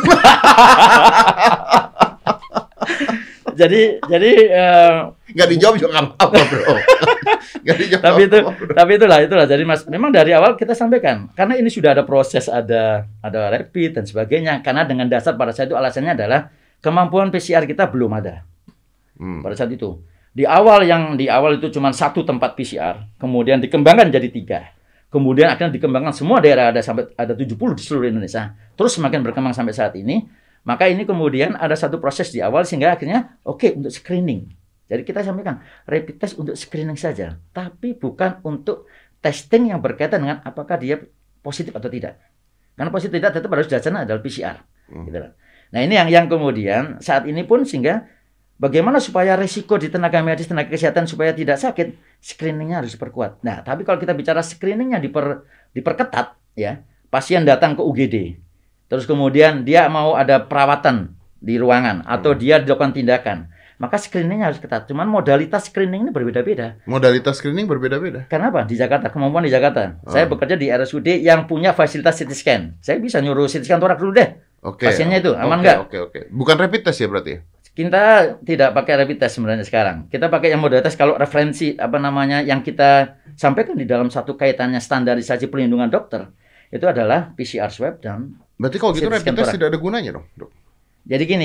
jadi jadi eh,
Nggak dijawab juga nggak apa-apa bro. Nggak dijawab
tapi itu
apa-apa, bro.
tapi itulah itulah jadi Mas memang dari awal kita sampaikan karena ini sudah ada proses ada ada rapid dan sebagainya karena dengan dasar pada saat itu alasannya adalah kemampuan P C R kita belum ada
Hmm.
pada saat itu di awal yang di awal itu cuma satu tempat P C R kemudian dikembangkan jadi tiga kemudian akhirnya dikembangkan semua daerah ada sampai ada tujuh puluh di seluruh Indonesia terus semakin berkembang sampai saat ini maka ini kemudian ada satu proses di awal sehingga akhirnya oke okay, untuk screening. Jadi kita sampaikan rapid test untuk screening saja, tapi bukan untuk testing yang berkaitan dengan apakah dia positif atau tidak. Karena positif tidak tetap harus dasarnya adalah P C R.
Hmm.
Gitu. Nah ini yang yang kemudian saat ini pun sehingga bagaimana supaya risiko di tenaga medis, tenaga kesehatan supaya tidak sakit, screeningnya harus diperkuat. Nah tapi kalau kita bicara screeningnya diper, diperketat, ya pasien datang ke U G D, terus kemudian dia mau ada perawatan di ruangan atau dia dilakukan tindakan, maka screeningnya harus ketat. Cuman modalitas screening ini berbeda-beda.
Modalitas screening berbeda-beda.
Kenapa? Di Jakarta, kemampuan di Jakarta. Oh. Saya bekerja di R S U D yang punya fasilitas C T scan. Saya bisa nyuruh C T scan torak dulu deh.
Oke.
Pasiennya itu aman
oke,
nggak?
Oke, oke. Bukan rapid test ya berarti?
Kita tidak pakai rapid test sebenarnya sekarang. Kita pakai yang modalitas kalau referensi apa namanya yang kita sampaikan di dalam satu kaitannya standarisasi perlindungan dokter itu adalah P C R swab dan.
Berarti kalau gitu rapid test tidak ada gunanya dong, Dok?
Jadi gini,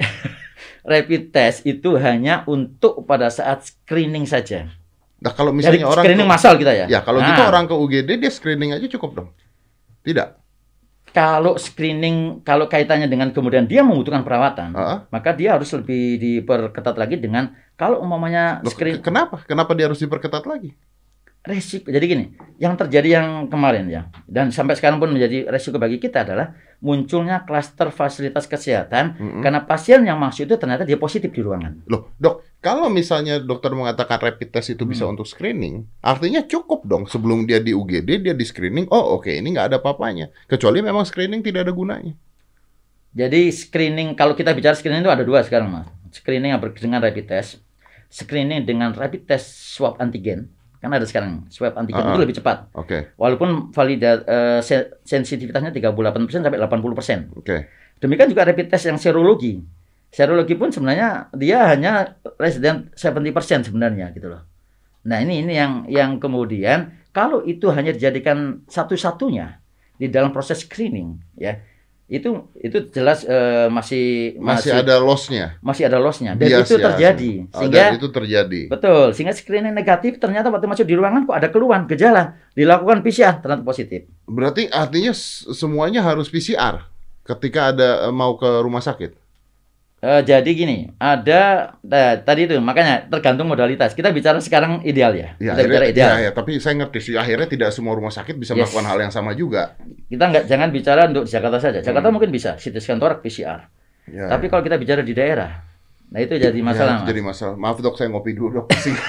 rapid test itu hanya untuk pada saat screening saja.
Nah, kalau misalnya
Jadi,
orang
screening
ke,
massal kita ya.
Ya, kalau
nah,
gitu orang ke U G D dia screening aja cukup dong. Tidak.
Kalau screening, kalau kaitannya dengan kemudian dia membutuhkan perawatan, uh-huh. maka dia harus lebih diperketat lagi dengan kalau umpamanya
Loh,
screen.
Kenapa? Kenapa dia harus diperketat lagi?
Resiko. Jadi gini, yang terjadi yang kemarin ya, dan sampai sekarang pun menjadi resiko bagi kita adalah munculnya klaster fasilitas kesehatan mm-hmm. karena pasien yang masuk itu ternyata dia positif di ruangan.
Loh, Dok, kalau misalnya dokter mengatakan rapid test itu bisa hmm. untuk screening, artinya cukup dong sebelum dia di U G D dia di screening. Oh, oke, okay, ini nggak ada apa-apanya. Kecuali memang screening tidak ada gunanya.
Jadi screening, kalau kita bicara screening itu ada dua sekarang, Mas. Screening yang dengan rapid test, screening dengan rapid test swab antigen. Kan ada sekarang swab antigen uh-huh. itu lebih cepat.
Oke. Okay.
Walaupun valida uh, sensitivitasnya tiga puluh delapan persen sampai delapan puluh persen.
Oke. Okay.
Demikian juga rapid test yang serologi. Serologi pun sebenarnya dia hanya less than tujuh puluh persen sebenarnya gitu loh. Nah, ini ini yang yang kemudian kalau itu hanya dijadikan satu-satunya di dalam proses screening ya. Itu itu jelas uh, masih,
masih masih ada loss-nya.
Masih ada loss-nya. Dan Bias, itu terjadi.
Ya.
Sehingga
oh, itu terjadi.
Betul, sehingga screening negatif ternyata waktu masuk di ruangan kok ada keluhan, gejala, dilakukan P C R ternyata positif.
Berarti artinya semuanya harus P C R ketika ada mau ke rumah sakit.
Uh, jadi gini, ada nah, tadi itu makanya tergantung modalitas. Kita bicara sekarang ideal ya.
Ya,
kita
akhirnya,
bicara ideal.
Ya, ya, tapi saya ngerti sih akhirnya tidak semua rumah sakit bisa yes. melakukan hal yang sama juga.
Kita nggak jangan bicara untuk Jakarta saja. Jakarta hmm. mungkin bisa C T scan torak P C R. Ya, tapi ya. kalau kita bicara di daerah, nah itu jadi masalah.
Ya, jadi masalah. Maaf dok, saya ngopi dulu dok. Pusing.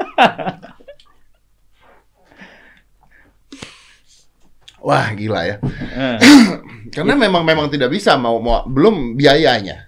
Wah gila ya. Eh. Karena memang memang tidak bisa mau mau belum biayanya.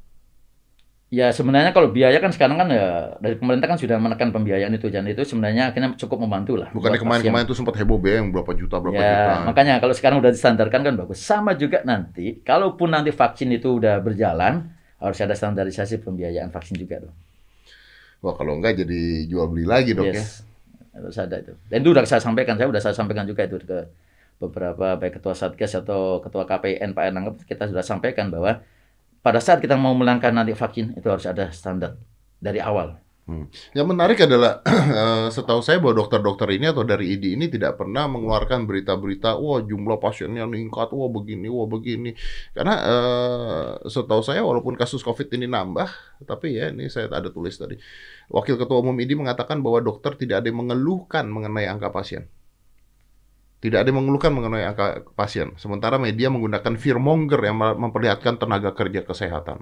Ya sebenarnya kalau biaya kan sekarang kan ya dari pemerintah kan sudah menekan pembiayaan itu dan itu sebenarnya akhirnya cukup membantu lah.
Bukannya kemarin-kemarin itu sempat heboh be yang berapa juta berapa
ya,
juta.
Makanya kalau sekarang udah distandarkan kan bagus. Sama juga nanti kalaupun nanti vaksin itu udah berjalan harus ada standarisasi pembiayaan vaksin juga dong.
Wah kalau enggak jadi jual beli lagi dok yes.
ya. Harus ada itu. Dan itu udah saya sampaikan, saya udah saya sampaikan juga itu ke beberapa baik ketua Satgas atau ketua K P N Pak Erlangga, kita sudah sampaikan bahwa pada saat kita mau melangkah nanti vaksin itu harus ada standar dari awal.
Hmm. Yang menarik adalah setahu saya bahwa dokter-dokter ini atau dari I D I ini tidak pernah mengeluarkan berita-berita wah jumlah pasiennya meningkat, wah begini, wah begini. Karena uh, setahu saya walaupun kasus COVID ini nambah, tapi ya ini saya ada tulis tadi. Wakil Ketua Umum I D I mengatakan bahwa dokter tidak ada yang mengeluhkan mengenai angka pasien. Tidak ada yang mengeluhkan mengenai angka pasien. Sementara media menggunakan fearmonger yang memperlihatkan tenaga kerja kesehatan.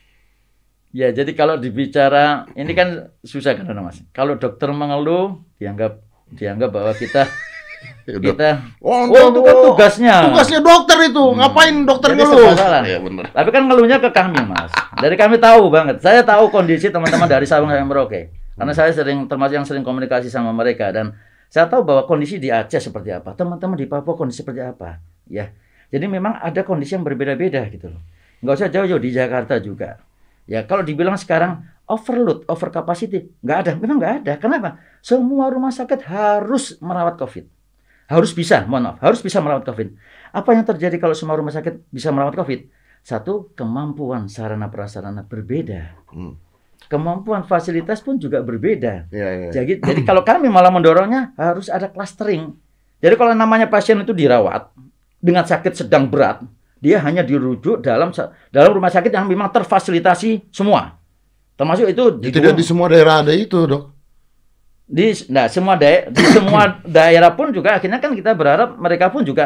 Ya, jadi kalau dibicara ini kan susah kan, Mas. Kalau dokter mengeluh, dianggap dianggap bahwa kita kita
oh,
oh itu kan tugasnya.
Tugasnya dokter itu. Hmm. Ngapain dokter
jadi
ngeluh?
Ya, benar. Tapi kan ngeluhnya ke kami, Mas. Dari kami tahu banget. Saya tahu kondisi teman-teman dari Sabang sampai Merauke. Karena saya sering termasuk yang sering komunikasi sama mereka dan saya tahu bahwa kondisi di Aceh seperti apa, teman-teman di Papua kondisi seperti apa, ya. Jadi memang ada kondisi yang berbeda-beda gitu loh. Nggak usah jauh-jauh di Jakarta juga. Ya kalau dibilang sekarang overload, over capacity, nggak ada, memang nggak ada. Kenapa? Semua rumah sakit harus merawat COVID, harus bisa, mohon maaf, harus bisa merawat COVID. Apa yang terjadi kalau semua rumah sakit bisa merawat COVID? Satu, kemampuan sarana prasarana berbeda. Hmm. Kemampuan fasilitas pun juga berbeda. Ya, ya. Jadi, jadi kalau kami malah mendorongnya harus ada clustering. Jadi kalau namanya pasien itu dirawat dengan sakit sedang berat, dia hanya dirujuk dalam dalam rumah sakit yang memang terfasilitasi semua. Termasuk itu
di tidak di semua daerah ada itu, Dok.
Di nah semua daerah di semua daerah pun juga akhirnya kan kita berharap mereka pun juga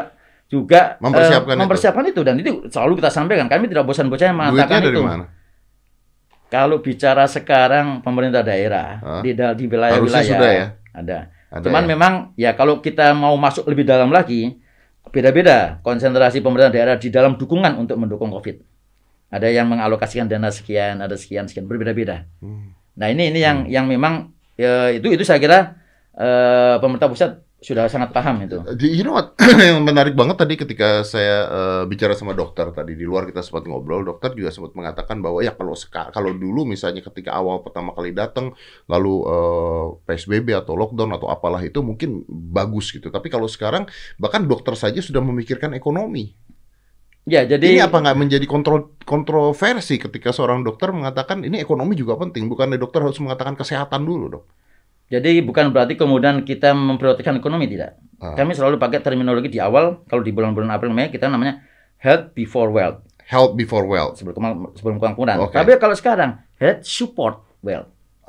juga
mempersiapkan,
uh, mempersiapkan itu. itu dan itu selalu kita sampaikan. Kami tidak bosan-bosannya mengatakan
Duitnya dari
itu.
Mana?
Kalau bicara sekarang pemerintah daerah huh? di di wilayah-wilayah
sudah ya?
ada.
ada.
Cuman ya? Memang ya kalau kita mau masuk lebih dalam lagi, beda-beda konsentrasi pemerintah daerah di dalam dukungan untuk mendukung COVID. Ada yang mengalokasikan dana sekian, ada sekian sekian berbeda-beda. Hmm. Nah ini ini yang hmm. yang memang ya, itu itu saya kira uh, pemerintah pusat sudah sangat paham itu.
You know what? Yang menarik banget tadi ketika saya uh, bicara sama dokter tadi di luar kita sempat ngobrol, dokter juga sempat mengatakan bahwa ya kalau kalau dulu misalnya ketika awal pertama kali datang lalu uh, P S B B atau lockdown atau apalah itu mungkin bagus gitu. Tapi kalau sekarang bahkan dokter saja sudah memikirkan ekonomi.
Ya, jadi
ini apa nggak menjadi kontrol, kontroversi ketika seorang dokter mengatakan ini ekonomi juga penting, bukannya dokter harus mengatakan kesehatan dulu, Dok?
Jadi bukan berarti kemudian kita memprioritaskan ekonomi, tidak. Ah. Kami selalu pakai terminologi di awal, kalau di bulan-bulan April Mei kita namanya health before wealth.
Health before wealth.
Sebelum sebelum kemakmuran.
Okay.
Tapi kalau sekarang health support wealth.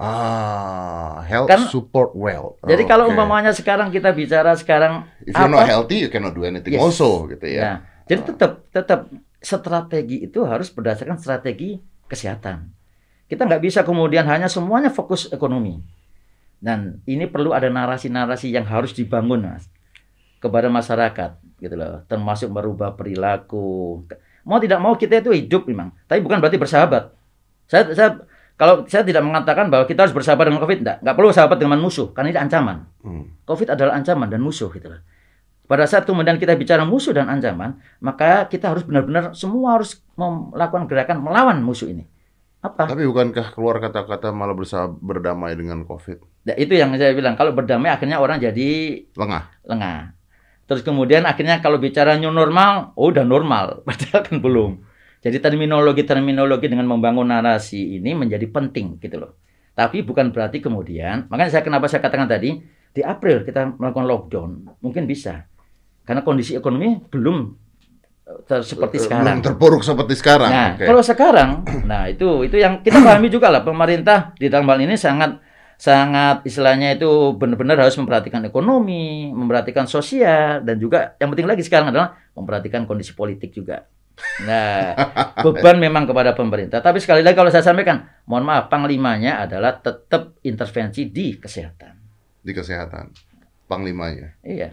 Ah, health
kan,
support wealth.
Jadi okay. kalau umpamanya sekarang kita bicara sekarang
if you're apa, not healthy you cannot do anything yes. also gitu ya.
Nah, jadi tetap tetap strategi itu harus berdasarkan strategi kesehatan. Kita nggak bisa kemudian hanya semuanya fokus ekonomi. Dan ini perlu ada narasi-narasi yang harus dibangun, Mas, kepada masyarakat, gitu loh. Termasuk merubah perilaku. Mau tidak mau kita itu hidup memang, tapi bukan berarti bersahabat. Saya, saya kalau saya tidak mengatakan bahwa kita harus bersahabat dengan COVID, enggak. Enggak perlu sahabat dengan musuh, karena ini ancaman. Hmm. COVID adalah ancaman dan musuh, gitu loh. Pada saat kemudian kita bicara musuh dan ancaman, maka kita harus benar-benar semua harus melakukan gerakan melawan musuh ini. Apa?
Tapi bukankah keluar kata-kata malah bersahabat berdamai dengan COVID?
Nah, itu yang saya bilang, kalau berdamai akhirnya orang jadi
lengah.
Lengah. Terus kemudian akhirnya kalau bicara new normal, oh udah normal, padahal kan belum. Jadi terminologi-terminologi dengan membangun narasi ini menjadi penting gitu loh. Tapi bukan berarti kemudian, makanya saya kenapa saya katakan tadi, di April kita melakukan lockdown, mungkin bisa. Karena kondisi ekonomi belum ter seperti sekarang.
Belum terpuruk seperti sekarang.
Nah,
okay.
kalau sekarang, nah itu itu yang kita pahami juga lah, pemerintah di dalam hal ini sangat sangat istilahnya itu benar-benar harus memperhatikan ekonomi, memperhatikan sosial, dan juga yang penting lagi sekarang adalah memperhatikan kondisi politik juga. Nah, beban memang kepada pemerintah. Tapi sekali lagi kalau saya sampaikan, mohon maaf, panglimanya adalah tetap intervensi di kesehatan.
Di kesehatan, panglimanya.
Iya.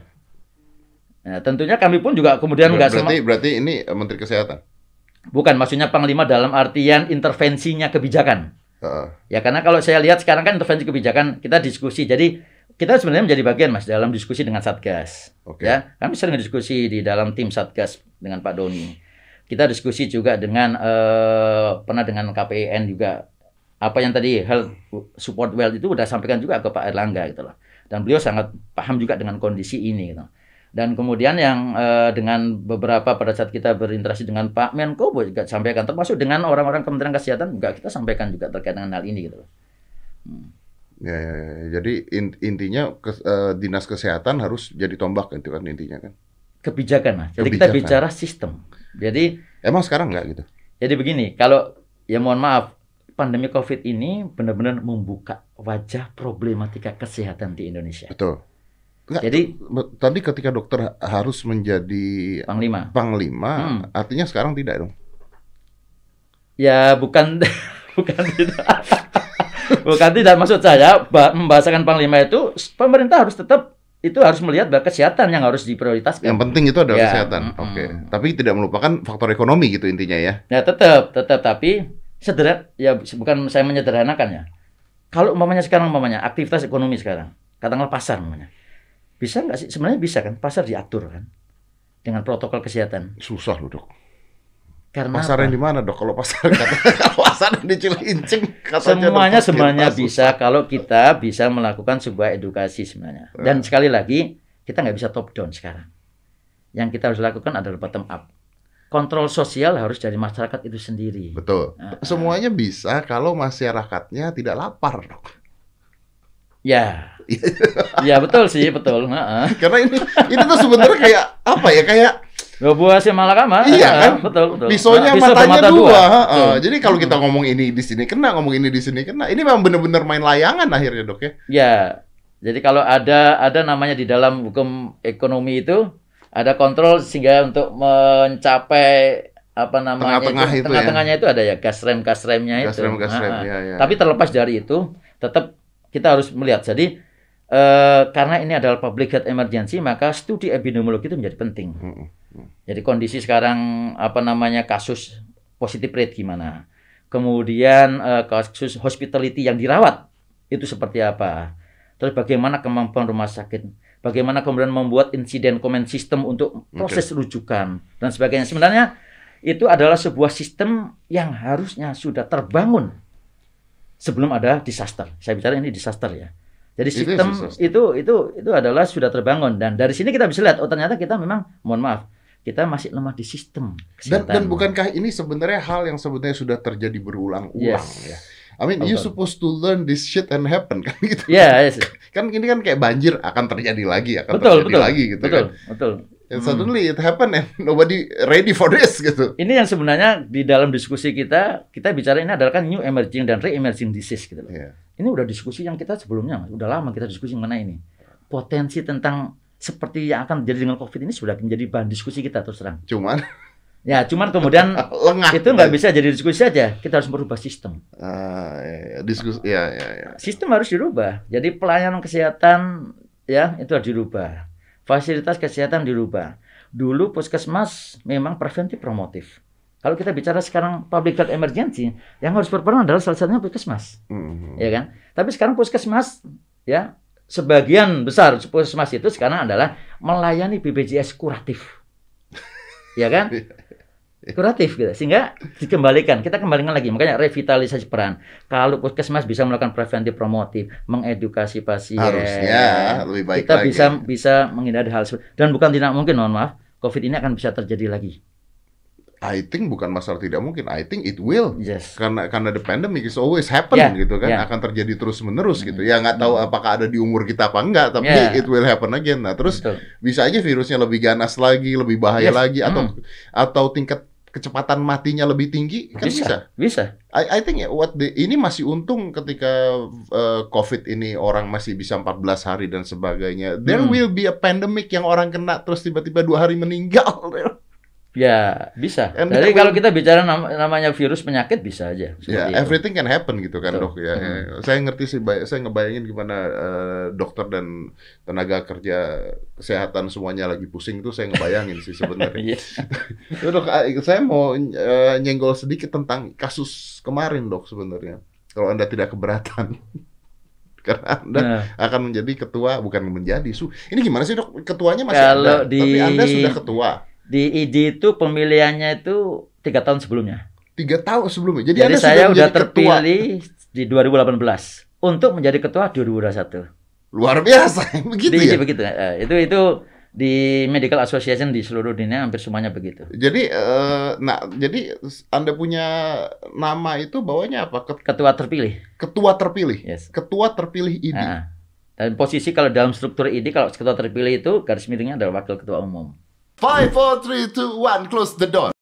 Nah, tentunya kami pun juga kemudian
Ber
nggak
berarti berarti ini Menteri Kesehatan.
Bukan, maksudnya panglima dalam artian intervensinya kebijakan. Uh. Ya karena kalau saya lihat sekarang kan intervensi kebijakan kita diskusi. Jadi kita sebenarnya menjadi bagian, Mas, dalam diskusi dengan Satgas. Okay. Ya, kami sering diskusi di dalam tim Satgas dengan Pak Doni. Kita diskusi juga dengan uh, pernah dengan K P I N juga. Apa yang tadi health support wealth itu udah sampaikan juga ke Pak Erlangga gitu loh. Dan beliau sangat paham juga dengan kondisi ini gitu. Dan kemudian yang uh, dengan beberapa pada saat kita berinteraksi dengan Pak Menko juga sampaikan, termasuk dengan orang-orang Kementerian Kesehatan juga kita sampaikan juga terkait dengan hal ini gitu. Hmm.
Ya, ya, ya. Jadi intinya kes, uh, dinas kesehatan harus jadi tombak itu kan intinya kan.
Kebijakan, Mas. Jadi Kebijakan. Kita bicara sistem. Jadi
emang sekarang nggak gitu.
Jadi begini, kalau ya mohon maaf, pandemi COVID ini benar-benar membuka wajah problematika kesehatan di Indonesia.
Betul. Nggak,
jadi
tadi ketika dokter harus menjadi
panglima,
panglima, hmm. artinya sekarang tidak dong?
Ya bukan, bukan tidak, bukan tidak. Maksud saya membahasakan panglima itu pemerintah harus tetap itu harus melihat bahwa kesehatan yang harus diprioritaskan.
Yang penting itu adalah ya, kesehatan. Mm, Oke, okay.
mm.
Tapi tidak melupakan faktor ekonomi gitu intinya ya?
Ya tetap, tetap. Tapi sederhana, ya bukan saya menyederhanakan ya. Kalau umpamanya sekarang umpamanya aktivitas ekonomi sekarang, katakanlah pasar umpamanya. Bisa nggak sih? Sebenarnya bisa kan? Pasar diatur kan? Dengan protokol kesehatan.
Susah loh, Dok.
Karena
pasarnya di mana, Dok? Kalau pasar kalau pasar di Cilincing
semuanya semuanya bisa susah. Kalau kita bisa melakukan sebuah edukasi sebenarnya. Dan sekali lagi, kita nggak bisa top down sekarang. Yang kita harus lakukan adalah bottom up. Kontrol sosial harus dari masyarakat itu sendiri.
Betul. Nah, semuanya bisa kalau masyarakatnya tidak lapar, Dok.
Ya, ya betul sih, betul. Uh-uh.
Karena ini ini tuh sebenarnya kayak apa ya, kayak
dua buah si malakama.
Iya kan,
betul betul.
Pisaunya nah, matanya dua. dua. Uh, jadi kalau kita ngomong ini di sini kena, ngomong ini di sini kena, ini memang benar-benar main layangan akhirnya, Dok ya.
Ya, jadi kalau ada ada namanya di dalam hukum ekonomi itu ada kontrol sehingga untuk mencapai apa namanya
Tengah-tengah
itu,
itu
tengah-tengahnya itu ada ya gas rem gas remnya
Gas
itu.
rem, gas rem,
Ah, ah.
ya, ya.
Tapi terlepas dari itu, tetap kita harus melihat. Jadi eh, karena ini adalah public health emergency, maka studi epidemiologi itu menjadi penting.
Mm, mm.
Jadi kondisi sekarang apa namanya kasus positif rate gimana, kemudian eh, kasus hospitality yang dirawat itu seperti apa, terus bagaimana kemampuan rumah sakit, bagaimana kemudian membuat insiden comment system untuk proses
Oke.
rujukan dan sebagainya. Sebenarnya itu adalah sebuah sistem yang harusnya sudah terbangun sebelum ada disaster. Saya bicara ini disaster ya. Jadi
Itu
sistem
disaster.
itu itu itu adalah sudah terbangun dan dari sini kita bisa lihat oh ternyata kita memang mohon maaf kita masih lemah di sistem
Dan,
kesehatan.
dan bukankah ini sebenarnya hal yang sebenarnya sudah terjadi berulang-ulang
Yes.
ya? I mean, you
Betul.
supposed to learn this shit and happen kan gitu.
Ya, yes.
Kan ini kan kayak banjir akan terjadi lagi, akan
betul,
terjadi
betul,
lagi gitu
betul,
kan.
betul.
And
Hmm.
suddenly it happen and nobody ready for this gitu.
Ini yang sebenarnya di dalam diskusi kita, kita bicara ini adalah kan new emerging dan re-emerging disease gitu loh.
Iya.
Ini udah diskusi yang kita sebelumnya, udah lama kita diskusi mengenai ini. Potensi tentang seperti yang akan terjadi dengan COVID ini sudah menjadi bahan diskusi kita terus terang.
Cuman
Ya, cuman kemudian
lengah.
itu nggak bisa jadi diskusi saja. Kita harus merubah sistem.
Ah, ya, ya, diskusi ya ya ya.
Sistem harus dirubah. Jadi pelayanan kesehatan ya itu harus dirubah. Fasilitas kesehatan dirubah. Dulu puskesmas memang preventif promotif. Kalau kita bicara sekarang public health emergency, yang harus berperan adalah salah satunya puskesmas,
Mhm.
ya kan? Tapi sekarang puskesmas ya sebagian besar puskesmas itu sekarang adalah melayani B P J S kuratif. Ya kan? Kuratif gitu. Sehingga dikembalikan, kita kembalikan lagi. Makanya revitalisasi peran. Kalau puskesmas bisa melakukan preventif promotif, mengedukasi pasien.
Harusnya lebih baik
kita
lagi.
bisa bisa menghindari hal seperti dan bukan tidak mungkin, mohon maaf, COVID ini akan bisa terjadi lagi.
I think bukan masalah tidak mungkin. I think it will.
Yes.
Karena karena the pandemic is always happen
Yeah,
gitu kan,
yeah.
akan terjadi terus menerus gitu. Ya nggak tahu apakah ada di umur kita apa enggak, tapi
Yeah.
it will happen again. Nah terus
Betul.
bisa aja virusnya lebih ganas lagi, lebih bahaya
Yes.
lagi, atau
Hmm.
atau tingkat kecepatan matinya lebih tinggi kan bisa.
Bisa, bisa.
I, I think ya, what the, ini masih untung ketika uh, COVID ini orang masih bisa empat belas hari dan sebagainya. There
Hmm.
will be a pandemic yang orang kena terus tiba-tiba dua hari meninggal.
Ya, bisa.
And
Jadi
kita
kalau
will-
kita bicara nam- namanya virus penyakit bisa
Ya,
aja. seperti itu.
everything can happen gitu kan,
Betul.
Dok ya. Ya, Saya ngerti sih, bay- saya ngebayangin gimana uh, dokter dan tenaga kerja kesehatan semuanya lagi pusing tuh, saya ngebayangin sih sebenarnya.
Iya.
Ya, Dok, eh, saya mau uh, nyenggol sedikit tentang kasus kemarin, Dok, sebenarnya. Kalau Anda tidak keberatan. Karena Anda
Nah,
akan menjadi ketua, bukan menjadi. Su, ini gimana sih, Dok? Ketuanya masih ada,
Kalau di-
tapi Anda sudah ketua.
di I D itu pemilihannya itu tiga tahun sebelumnya.
Tiga tahun sebelumnya. Jadi,
Jadi,
Anda
saya
sudah
udah
menjadi ketua.
terpilih di dua ribu delapan belas untuk menjadi ketua dua ribu dua puluh satu.
Luar biasa, begitu
Di,
ya?
begitu. Eh, itu itu di medical association di seluruh dunia hampir semuanya begitu.
Jadi, eh, nah, jadi Anda punya nama itu bawahnya apa? Ket-
Ketua terpilih.
Ketua terpilih.
Yes.
Ketua terpilih I D.
Nah, dan posisi kalau dalam struktur I D kalau ketua terpilih itu garis miringnya adalah wakil ketua umum.
Five, four, three, two, one, close the door.